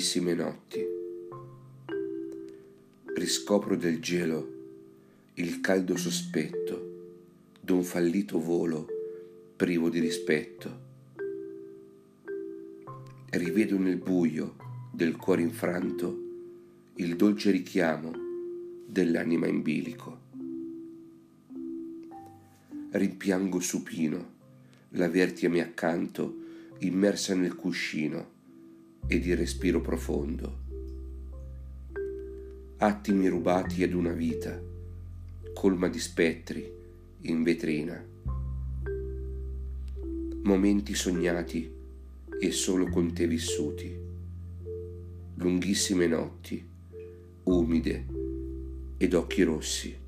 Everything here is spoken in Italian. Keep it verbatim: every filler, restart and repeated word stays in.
lunghissime notti. Riscopro del gelo il caldo sospetto d'un fallito volo privo di rispetto. Rivedo nel buio del cuore infranto il dolce richiamo dell'anima in bilico. Rimpiango supino l'avertiami accanto immersa nel cuscino ed il respiro profondo. Attimi rubati ad una vita colma di spettri in vetrina. Momenti sognati e solo con te vissuti. Lunghissime notti, umide ed occhi rossi.